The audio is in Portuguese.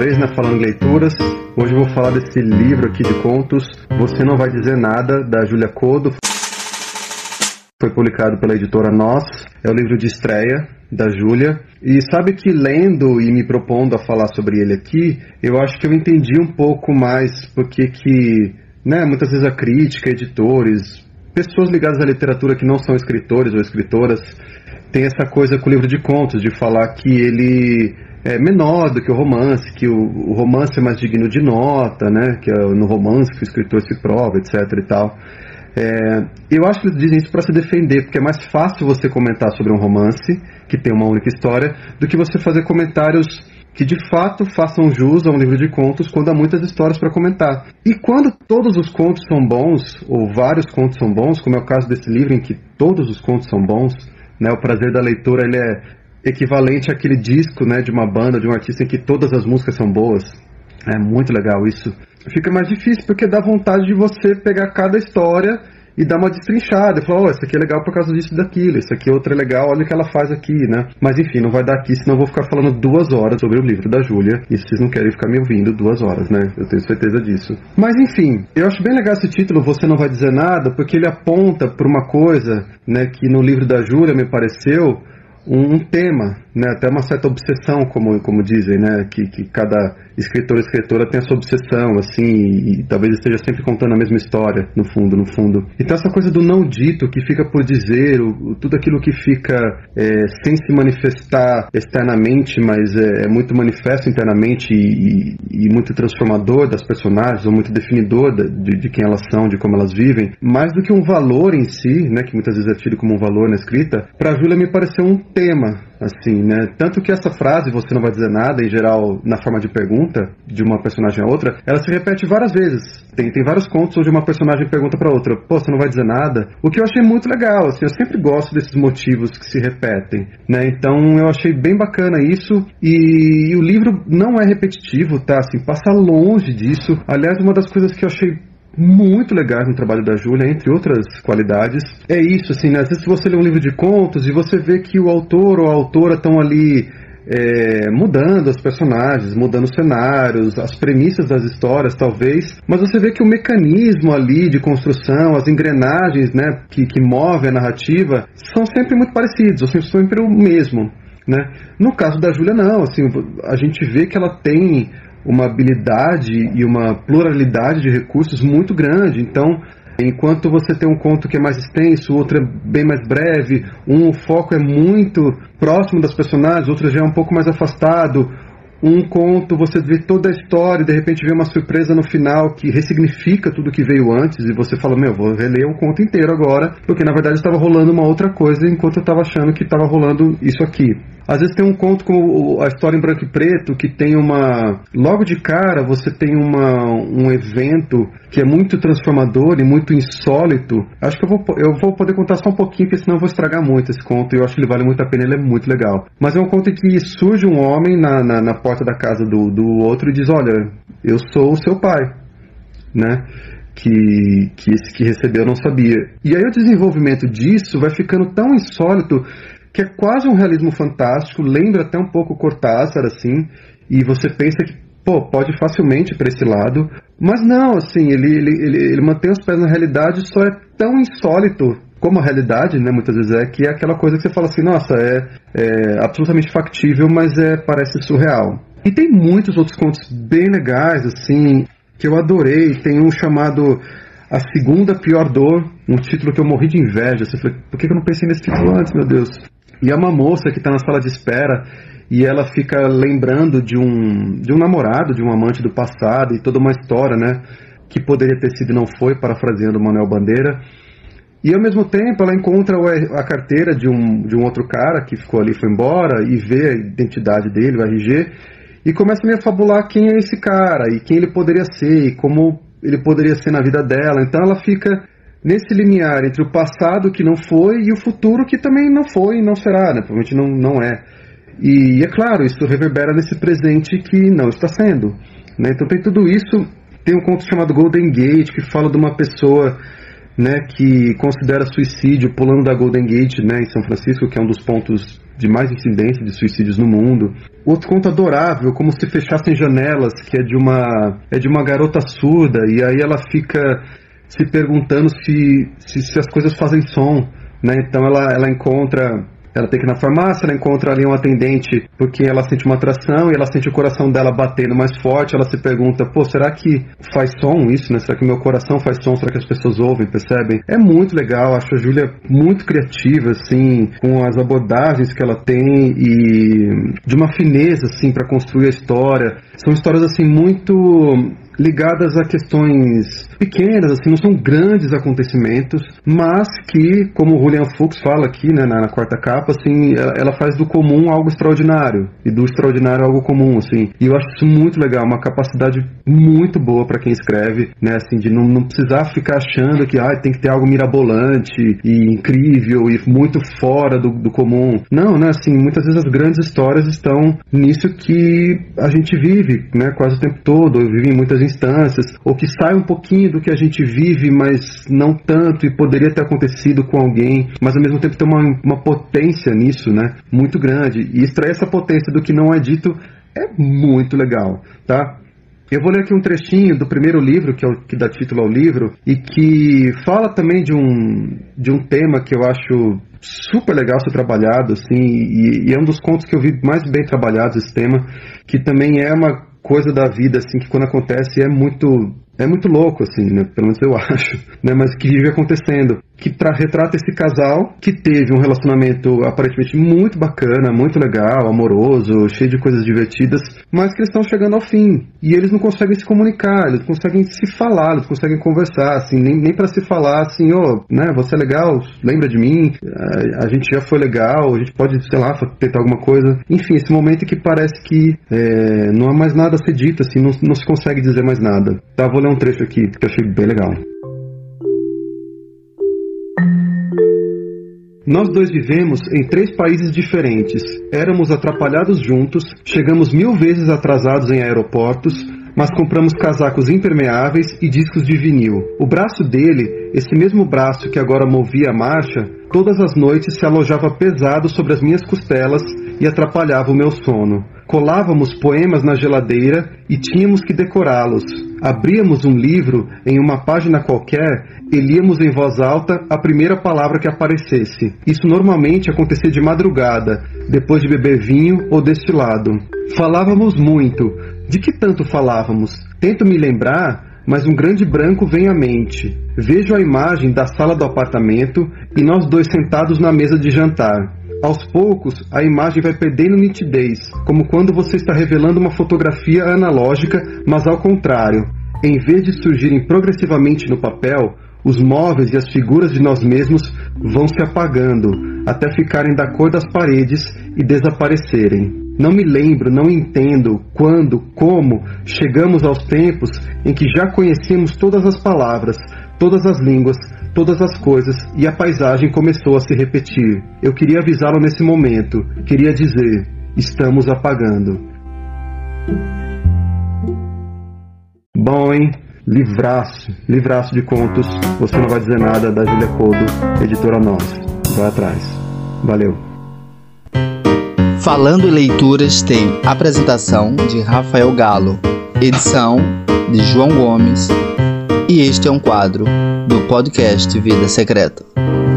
vez, né, falando em leituras. Hoje eu vou falar desse livro aqui de contos, Você Não Vai Dizer Nada, da Júlia Kodo. Foi publicado pela editora Nós, é o livro de estreia da Júlia. E sabe que lendo e me propondo a falar sobre ele aqui, eu acho que eu entendi um pouco mais porque que, né, muitas vezes a crítica, editores, pessoas ligadas à literatura que não são escritores ou escritoras, tem essa coisa com o livro de contos, de falar que ele é menor do que o romance, que o romance é mais digno de nota, né, que é no romance que o escritor se prova, etc. e tal. Eu acho que eles dizem isso para se defender, porque é mais fácil você comentar sobre um romance, que tem uma única história, do que você fazer comentários que de fato façam jus a um livro de contos quando há muitas histórias para comentar. E quando todos os contos são bons, ou vários contos são bons, como é o caso desse livro em que todos os contos são bons, né, o prazer da leitura ele é equivalente àquele disco, né, de uma banda, de um artista em que todas as músicas são boas. É muito legal isso. Fica mais difícil porque dá vontade de você pegar cada história e dar uma destrinchada e falar, esse aqui é legal por causa disso e daquilo, esse aqui outra é legal, olha o que ela faz aqui, né? Mas enfim, não vai dar aqui, senão eu vou ficar falando 2 horas sobre o livro da Júlia, e vocês não querem ficar me ouvindo 2 horas, né? Eu tenho certeza disso. Mas enfim, eu acho bem legal esse título, Você Não Vai Dizer Nada, porque ele aponta para uma coisa, né, que no livro da Júlia me pareceu um tema, né, até uma certa obsessão, como dizem, né, que cada escritor ou escritora tem a sua obsessão, assim, e talvez esteja sempre contando a mesma história, no fundo. Então essa coisa do não dito, que fica por dizer, tudo aquilo que fica sem se manifestar externamente, mas é muito manifesto internamente e muito transformador das personagens, ou muito definidor de quem elas são, de como elas vivem, mais do que um valor em si, né, que muitas vezes é tido como um valor na escrita, para a Júlia me pareceu um tema, assim, né? Tanto que essa frase, você não vai dizer nada, em geral, na forma de pergunta, de uma personagem a outra, ela se repete várias vezes. Tem vários contos onde uma personagem pergunta pra outra, você não vai dizer nada? O que eu achei muito legal, assim, eu sempre gosto desses motivos que se repetem, né? Então eu achei bem bacana isso, e o livro não é repetitivo, tá? Assim, passa longe disso. Aliás, uma das coisas que eu achei muito legais no trabalho da Júlia, entre outras qualidades, é isso, assim, né? Às vezes você lê um livro de contos e você vê que o autor ou a autora estão ali mudando os personagens, mudando os cenários, as premissas das histórias, talvez, mas você vê que o mecanismo ali de construção, as engrenagens, né, que movem a narrativa, são sempre muito parecidos, ou são sempre o mesmo, né? No caso da Júlia, não, assim, a gente vê que ela tem uma habilidade e uma pluralidade de recursos muito grande. Então, enquanto você tem um conto que é mais extenso, o outro é bem mais breve, o foco é muito próximo das personagens, outro já é um pouco mais afastado. Um conto, você vê toda a história e de repente vê uma surpresa no final que ressignifica tudo que veio antes e você fala, vou reler o conto inteiro agora, porque na verdade estava rolando uma outra coisa enquanto eu estava achando que estava rolando isso aqui. Às vezes tem um conto como a história em branco e preto, que tem logo de cara você tem um evento que é muito transformador e muito insólito. Acho que eu vou poder contar só um pouquinho, porque senão eu vou estragar muito esse conto, e eu acho que ele vale muito a pena, ele é muito legal. Mas é um conto em que surge um homem na porta da casa do outro e diz, olha, eu sou o seu pai, né? Que esse que recebeu não sabia. E aí o desenvolvimento disso vai ficando tão insólito que é quase um realismo fantástico, lembra até um pouco Cortázar, assim, e você pensa que, pode facilmente ir para esse lado, mas não, assim, ele mantém os pés na realidade, só é tão insólito como a realidade, né, muitas vezes que é aquela coisa que você fala assim, nossa, é absolutamente factível, mas parece surreal. E tem muitos outros contos bem legais, assim, que eu adorei. Tem um chamado A Segunda Pior Dor, um título que eu morri de inveja. Você falou, por que eu não pensei nesse título antes, meu Deus? E é uma moça que está na sala de espera e ela fica lembrando de um namorado, de um amante do passado e toda uma história, né, que poderia ter sido e não foi, parafraseando Manuel Bandeira. E ao mesmo tempo ela encontra a carteira de um outro cara que ficou ali, foi embora, e vê a identidade dele, o RG, e começa a me fabular quem é esse cara e quem ele poderia ser e como ele poderia ser na vida dela. Então ela fica nesse limiar entre o passado que não foi e o futuro que também não foi e não será, né? Provavelmente não é. E é claro, isso reverbera nesse presente que não está sendo, né? Então tem tudo isso. Tem um conto chamado Golden Gate, que fala de uma pessoa né, que considera suicídio pulando da Golden Gate, né, em São Francisco, que é um dos pontos de mais incidência de suicídios no mundo. Outro conto adorável, Como se Fechassem Janelas, que é de uma garota surda, e aí ela fica se perguntando se as coisas fazem som, né? Então ela tem que ir na farmácia, ela encontra ali um atendente porque ela sente uma atração e ela sente o coração dela batendo mais forte, ela se pergunta, será que faz som isso, né? Será que o meu coração faz som? Será que as pessoas ouvem, percebem? É muito legal, acho a Júlia muito criativa, assim, com as abordagens que ela tem e de uma fineza, assim, para construir a história. São histórias, assim, muito ligadas a questões pequenas, assim, não são grandes acontecimentos, mas que, como o Julian Fuchs fala aqui, né, na quarta capa, assim, ela faz do comum algo extraordinário, e do extraordinário algo comum, assim, e eu acho isso muito legal, uma capacidade muito boa para quem escreve, né, assim, de não precisar ficar achando que tem que ter algo mirabolante e incrível e muito fora do comum. Não, né, assim, muitas vezes as grandes histórias estão nisso que a gente vive, né, quase o tempo todo, eu vivo em muitas instâncias, ou que sai um pouquinho do que a gente vive, mas não tanto, e poderia ter acontecido com alguém, mas ao mesmo tempo tem uma potência nisso, né, muito grande, e extrair essa potência do que não é dito é muito legal, tá? Eu vou ler aqui um trechinho do primeiro livro, que é o que dá título ao livro, e que fala também de um tema que eu acho super legal ser trabalhado, assim, e é um dos contos que eu vi mais bem trabalhados, esse tema, que também é uma coisa da vida, assim, que quando acontece é muito louco, assim, né? Pelo menos eu acho, né? Mas que vive acontecendo. Que retrata esse casal que teve um relacionamento aparentemente muito bacana, muito legal, amoroso, cheio de coisas divertidas, mas que eles estão chegando ao fim. E eles não conseguem se comunicar, eles não conseguem se falar, eles não conseguem conversar, assim, nem para se falar, assim, né, você é legal, lembra de mim, a gente já foi legal, a gente pode, sei lá, tentar alguma coisa. Enfim, esse momento que parece que não há mais nada a ser dito, assim, não se consegue dizer mais nada. Tá, vou ler um trecho aqui, que eu achei bem legal. Nós dois vivemos em 3 países diferentes. Éramos atrapalhados juntos, chegamos 1000 vezes atrasados em aeroportos, mas compramos casacos impermeáveis e discos de vinil. O braço dele, esse mesmo braço que agora movia a marcha, todas as noites se alojava pesado sobre as minhas costelas e atrapalhava o meu sono. Colávamos poemas na geladeira e tínhamos que decorá-los. Abríamos um livro em uma página qualquer e líamos em voz alta a primeira palavra que aparecesse. Isso normalmente acontecia de madrugada, depois de beber vinho ou destilado. Falávamos muito. De que tanto falávamos? Tento me lembrar, mas um grande branco vem à mente. Vejo a imagem da sala do apartamento e nós dois sentados na mesa de jantar. Aos poucos, a imagem vai perdendo nitidez, como quando você está revelando uma fotografia analógica, mas ao contrário. Em vez de surgirem progressivamente no papel, os móveis e as figuras de nós mesmos vão se apagando, até ficarem da cor das paredes e desaparecerem. Não me lembro, não entendo quando, como chegamos aos tempos em que já conhecíamos todas as palavras, todas as línguas, todas as coisas, e a paisagem começou a se repetir. Eu queria avisá-lo nesse momento, queria dizer, estamos apagando. Bom, hein? Livraço de contos, Você Não Vai Dizer Nada, da Júlia Codo, editora Nós. Vai atrás. Valeu. Falando em Leituras tem apresentação de Rafael Galo, edição de João Gomes, e este é um quadro do podcast Vida Secreta.